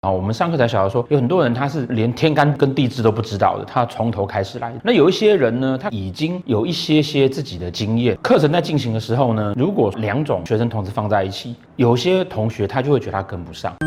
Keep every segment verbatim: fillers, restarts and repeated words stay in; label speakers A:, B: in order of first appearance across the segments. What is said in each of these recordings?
A: 啊，我们上课才晓得说，有很多人他是连天干跟地支都不知道的，他从头开始来的。那有一些人呢，他已经有一些些自己的经验。课程在进行的时候呢，如果两种学生同时放在一起，有些同学他就会觉得他跟不上。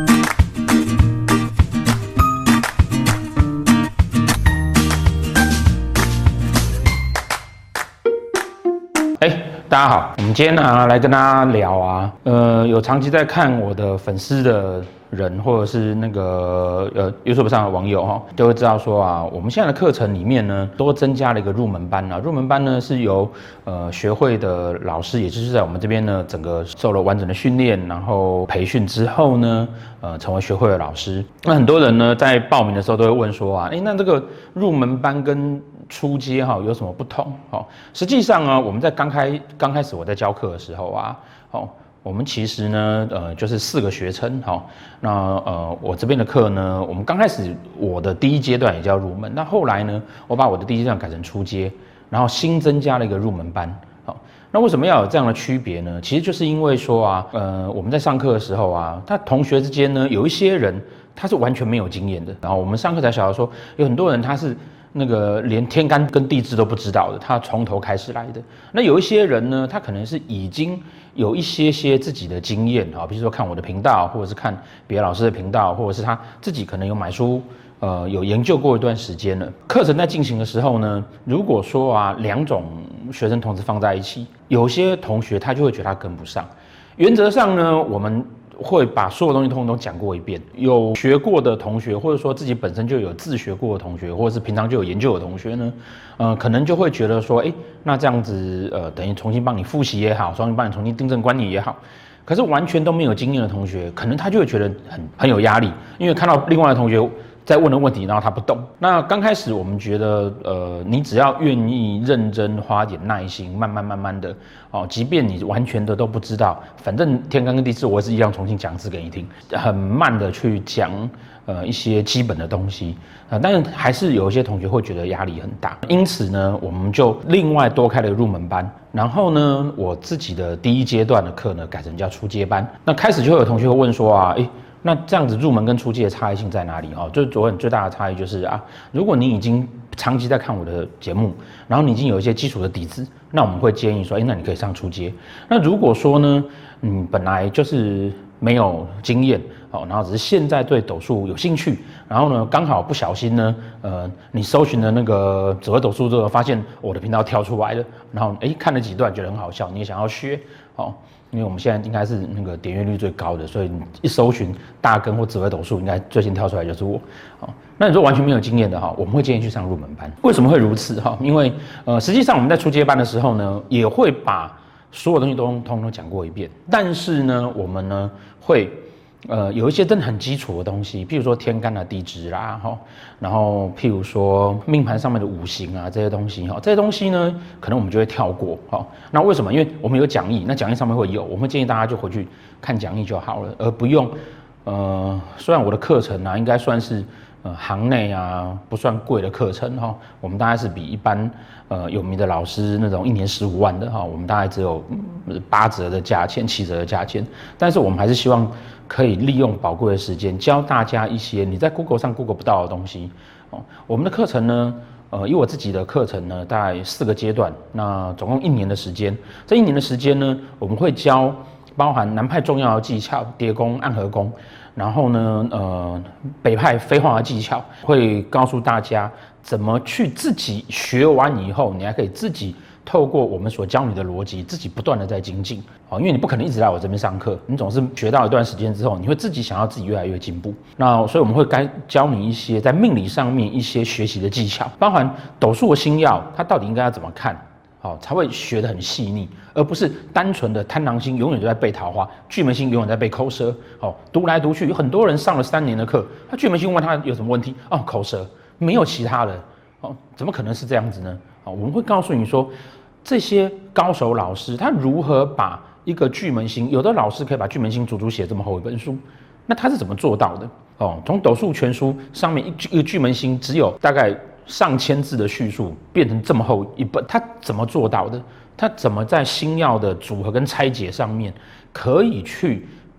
A: 哎，大家好，我们今天呢来跟大家聊啊，呃，有长期在看我的粉丝的人，或者是那个呃 YouTube 上的网友哈，就会知道说啊，我们现在的课程里面呢，都增加了一个入门班啊。入门班呢是由呃学会的老师，也就是在我们这边呢，整个受了完整的训练，然后培训之后呢，呃，成为学会的老师。那很多人呢在报名的时候都会问说啊，哎，那这个入门班跟初阶哈有什么不同？哦，实际上啊，我们在刚开刚开始我在教课的时候啊，哦。我们其实呢，呃，就是四个学程，哈、哦。那呃，我这边的课呢，我们刚开始我的第一阶段也叫入门，那后来呢，我把我的第一阶段改成初阶，然后新增加了一个入门班，好、哦。那为什么要有这样的区别呢？其实就是因为说啊，呃，我们在上课的时候啊，他同学之间呢，有一些人他是完全没有经验的，然后我们上课才晓得说，有很多人他是那个连天干跟地支都不知道的，他从头开始来的。那有一些人呢，他可能是已经有一些些自己的经验啊，比如说看我的频道，或者是看别的老师的频道，或者是他自己可能有买书，呃，有研究过一段时间了。课程在进行的时候呢，如果说啊两种学生同时放在一起，有些同学他就会觉得他跟不上。原则上呢，我们会把所有东西通通都讲过一遍。有学过的同学，或者说自己本身就有自学过的同学，或者是平常就有研究的同学呢，呃，可能就会觉得说，哎，那这样子，呃，等于重新帮你复习也好，重新帮你重新订正观念也好。可是完全都没有经验的同学，可能他就会觉得很很有压力，因为看到另外的同学在问的问题，然后他不懂。那刚开始我们觉得，呃，你只要愿意认真花点耐心，慢慢慢慢的，哦，即便你完全的都不知道，反正天干跟地支我是一样重新讲一次给你听，很慢的去讲，呃，一些基本的东西，啊、呃，但是还是有一些同学会觉得压力很大，因此呢，我们就另外多开了入门班，然后呢，我自己的第一阶段的课呢改成叫初阶班。那开始就会有同学会问说啊，哎。那这样子入门跟初阶的差异性在哪里？哦，就是昨天最大的差异就是啊，如果你已经长期在看我的节目，然后你已经有一些基础的底子，那我们会建议说，哎，那你可以上初阶。那如果说呢，嗯，本来就是没有经验，哦，然后只是现在对斗数有兴趣，然后呢，刚好不小心呢，呃，你搜寻的那个紫微斗数之后，发现我的频道跳出来了，然后哎看了几段觉得很好笑，你也想要学，哦。因为我们现在应该是那个点阅率最高的，所以你一搜寻大根或紫微斗数，应该最先跳出来就是我。好，那你说完全没有经验的哈，我们会建议去上入门班。为什么会如此哈？因为呃，实际上我们在初阶班的时候呢，也会把所有东西都通通讲过一遍，但是呢，我们呢会。呃，有一些真的很基础的东西，譬如说天干啊、地支啦，哈，然后譬如说命盘上面的五行啊这些东西，哈，这些东西呢，可能我们就会跳过，哈。那为什么？因为我们有讲义，那讲义上面会有，我们会建议大家就回去看讲义就好了，而不用，呃，虽然我的课程啊，应该算是呃行内啊不算贵的课程哈，我们大概是比一般呃有名的老师那种一年十五万的哈，我们大概只有八折的价钱、七折的价钱，但是我们还是希望。可以利用宝贵的时间教大家一些你在 Google 上 Google 不到的东西。哦，我们的课程呢，呃，以我自己的课程呢，大概四个阶段，那总共一年的时间。这一年的时间呢，我们会教包含南派重要的技巧，叠宫、暗合宫，然后呢，呃，北派飞化的技巧，会告诉大家怎么去自己学完以后，你还可以自己。透过我们所教你的逻辑，自己不断的在精进，哦，因为你不可能一直来我这边上课，你总是学到一段时间之后，你会自己想要自己越来越进步。那所以我们会该教你一些在命理上面一些学习的技巧，包含斗数的星曜，它到底应该要怎么看，好、哦、才会学得很细腻，而不是单纯的贪狼星永远都在背桃花，巨门星永远在背口舌，哦，读来读去，有很多人上了三年的课，他巨门星问他有什么问题，哦，口舌，没有其他的，哦，怎么可能是这样子呢？哦，我们会告诉你说。这些高手老师他如何把一个巨门星，有的老师可以把巨门星足足写这么厚一本书，那他是怎么做到的？哦，从斗数全书上面一个巨门星只有大概上千字的叙述，变成这么厚一本，他怎么做到的？他怎么在星曜的组合跟拆解上面可以去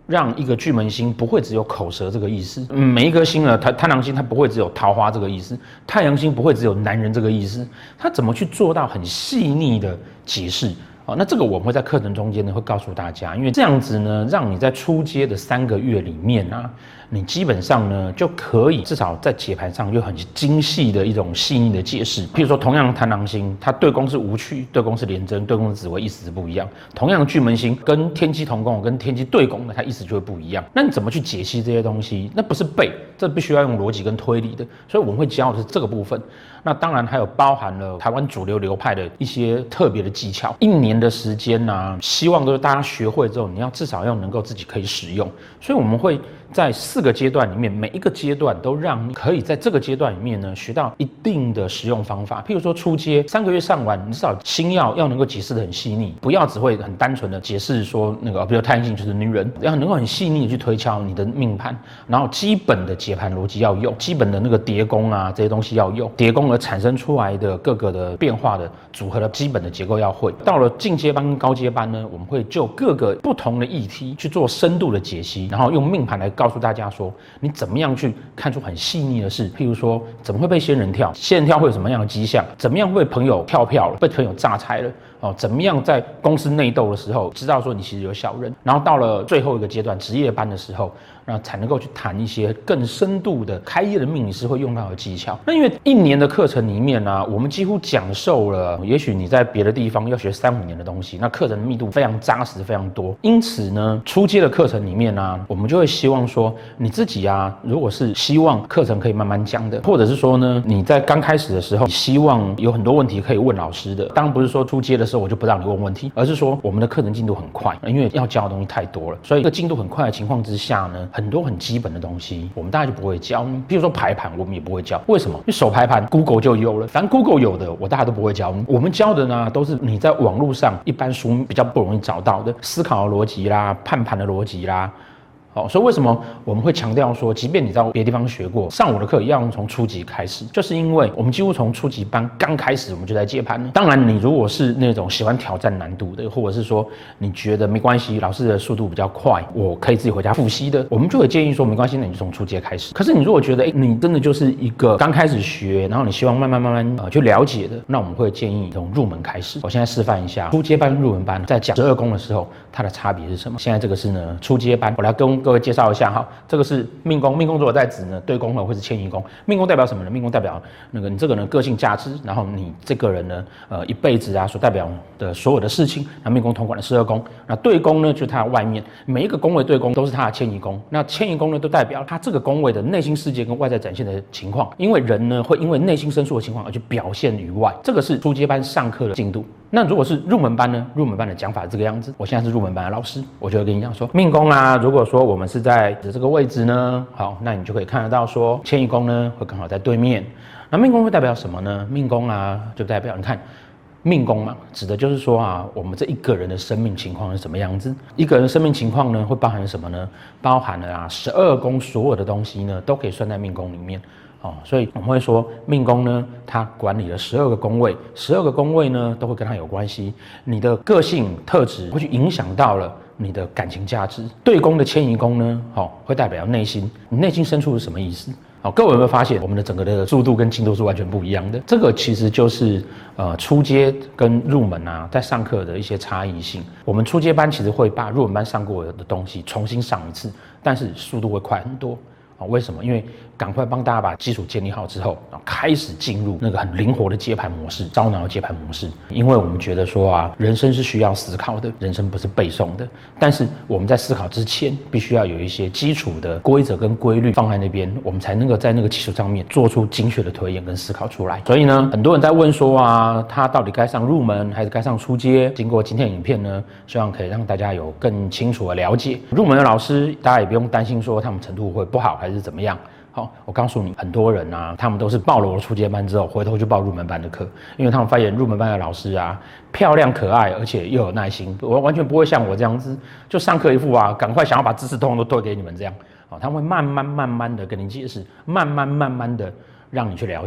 A: 让一个巨门星不会只有口舌这个意思，嗯，每一颗星呢，贪贪狼星它不会只有桃花这个意思，太阳星不会只有男人这个意思，它怎么去做到很细腻的解释？哦，那这个我们会在课程中间呢会告诉大家，因为这样子呢，让你在初阶的三个月里面啊，你基本上呢就可以至少在解盘上有很精细的一种细腻的解释。譬如说，同样的贪狼星，它对宫是武曲，对宫是廉贞，对宫是紫微，意思是不一样。同样的巨门星跟天机同宫，跟天机对宫的，它意思就会不一样。那你怎么去解析这些东西？那不是背，这必须要用逻辑跟推理的。所以我们会教的是这个部分。那当然还有包含了台湾主流流派的一些特别的技巧。一年的时间呢、啊，希望都是大家学会之后，你要至少要能够自己可以使用。所以我们会在四个阶段里面，每一个阶段都让你可以在这个阶段里面呢学到一定的实用方法。譬如说初阶三个月上完，你至少星耀要能够解释得很细腻，不要只会很单纯的解释说那个，比如太阳星就是女人，要能够很细腻的去推敲你的命盘，然后基本的解盘逻辑要用，基本的那个叠宫啊这些东西要用，叠宫而产生出来的各个的变化的组合的基本的结构要会。到了进阶班跟高阶班呢，我们会就各个不同的议题去做深度的解析，然后用命盘来告诉大家说，你怎么样去看出很细腻的事。譬如说，怎么会被仙人跳？仙人跳会有什么样的迹象？怎么样会被朋友跳票了？被朋友榨财了？哦，怎么样在公司内斗的时候知道说你其实有小人？然后到了最后一个阶段职业班的时候，那才能够去谈一些更深度的开业的命理师会用到的技巧。那因为一年的课程里面呢、啊，我们几乎讲授了，也许你在别的地方要学三五年的东西，那课程的密度非常扎实，非常多。因此呢，初阶的课程里面呢、啊，我们就会希望说，你自己啊，如果是希望课程可以慢慢讲的，或者是说呢，你在刚开始的时候，希望有很多问题可以问老师的，当然不是说初阶的时候我就不让你问问题，而是说我们的课程进度很快，因为要教的东西太多了，所以这个进度很快的情况之下呢，很多很基本的东西我们大概就不会教。比如说排盘，我们也不会教。为什么？因为手排盘 Google 就有了，反正 Google 有的，我大家都不会教。我们教的呢，都是你在网络上一般书比较不容易找到的思考的逻辑啦、判盘的逻辑啦。哦，所以为什么我们会强调说，即便你在别的地方学过，上我的课一样从初级开始，就是因为我们几乎从初级班刚开始我们就在接盘了。当然，你如果是那种喜欢挑战难度的，或者是说你觉得没关系，老师的速度比较快，我可以自己回家复习的，我们就会建议说没关系，那你就从初阶开始。可是你如果觉得，哎，你真的就是一个刚开始学，然后你希望慢慢慢慢呃去了解的，那我们会建议从入门开始。我现在示范一下初阶班、入门班在讲十二宫的时候，它的差别是什么？现在这个是呢初阶班，我来跟各位介绍一下哈，这个是命宫，命宫如果在子呢，对宫呢会是迁移宫。命宫代表什么呢？命宫代表那个你这个人个性价值，然后你这个人呢，呃，一辈子啊所代表的所有的事情。那命宫统管的十二宫，那对宫呢就是它的外面，每一个宫位对宫都是它的迁移宫。那迁移宫呢都代表它这个宫位的内心世界跟外在展现的情况。因为人呢会因为内心深处的情况而去表现于外，这个是初阶班上课的进度。那如果是入门班呢？入门班的讲法是这个样子。我现在是入门班的老师，我就会跟你讲说，命宫啊，如果说我们是在这个位置呢，好，那你就可以看得到说，迁移宫呢会刚好在对面。那命宫会代表什么呢？命宫啊，就代表你看。命宫嘛，指的就是说啊，我们这一个人的生命情况是什么样子？一个人生命情况呢，会包含什么呢？包含了啊，十二宫所有的东西呢，都可以算在命宫里面。哦，所以我们会说，命宫呢，它管理了十二个宫位，十二个宫位呢，都会跟它有关系。你的个性特质会去影响到了你的感情价值。对宫的迁移宫呢，哦，会代表内心，你内心深处是什么意思？好，各位有没有发现，我们的整个的速度跟进度是完全不一样的？这个其实就是呃初阶跟入门啊，在上课的一些差异性。我们初阶班其实会把入门班上过的东西重新上一次，但是速度会快很多。啊，为什么？因为赶快帮大家把基础建立好之后，然后开始进入那个很灵活的接盘模式，烧脑的接盘模式。因为我们觉得说啊，人生是需要思考的，人生不是背诵的。但是我们在思考之前，必须要有一些基础的规则跟规律放在那边，我们才能够在那个基础上面做出精确的推演跟思考出来。所以呢，很多人在问说啊，他到底该上入门还是该上初阶？经过今天的影片呢，希望可以让大家有更清楚的了解。入门的老师，大家也不用担心说他们程度会不好还是怎么样。好，我告诉你，很多人啊，他们都是报了我的初阶班之后，回头就报入门班的课，因为他们发现入门班的老师啊，漂亮可爱，而且又有耐心，我完全不会像我这样子，就上课一副啊，赶快想要把知识通通都推给你们这样。好，他们会慢慢慢慢的跟你解释，慢慢慢慢的让你去了解。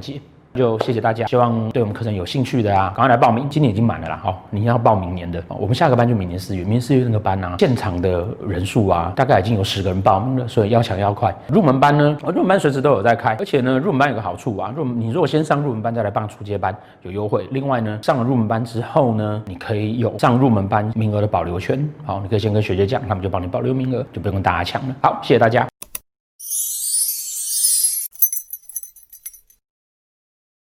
A: 就谢谢大家，希望对我们课程有兴趣的啊，赶快来报名。今年已经满了啦，好，你要报明年的，我们下个班就明年四月，明年四月那个班啊，现场的人数啊，大概已经有十个人报名了，所以要抢要快。入门班呢，入门班随时都有在开，而且呢，入门班有个好处啊，入你如果先上入门班再来办初阶班有优惠。另外呢，上了入门班之后呢，你可以有上入门班名额的保留权，好，你可以先跟学姐讲，他们就帮你保留名额，就不用跟大家抢了。好，谢谢大家。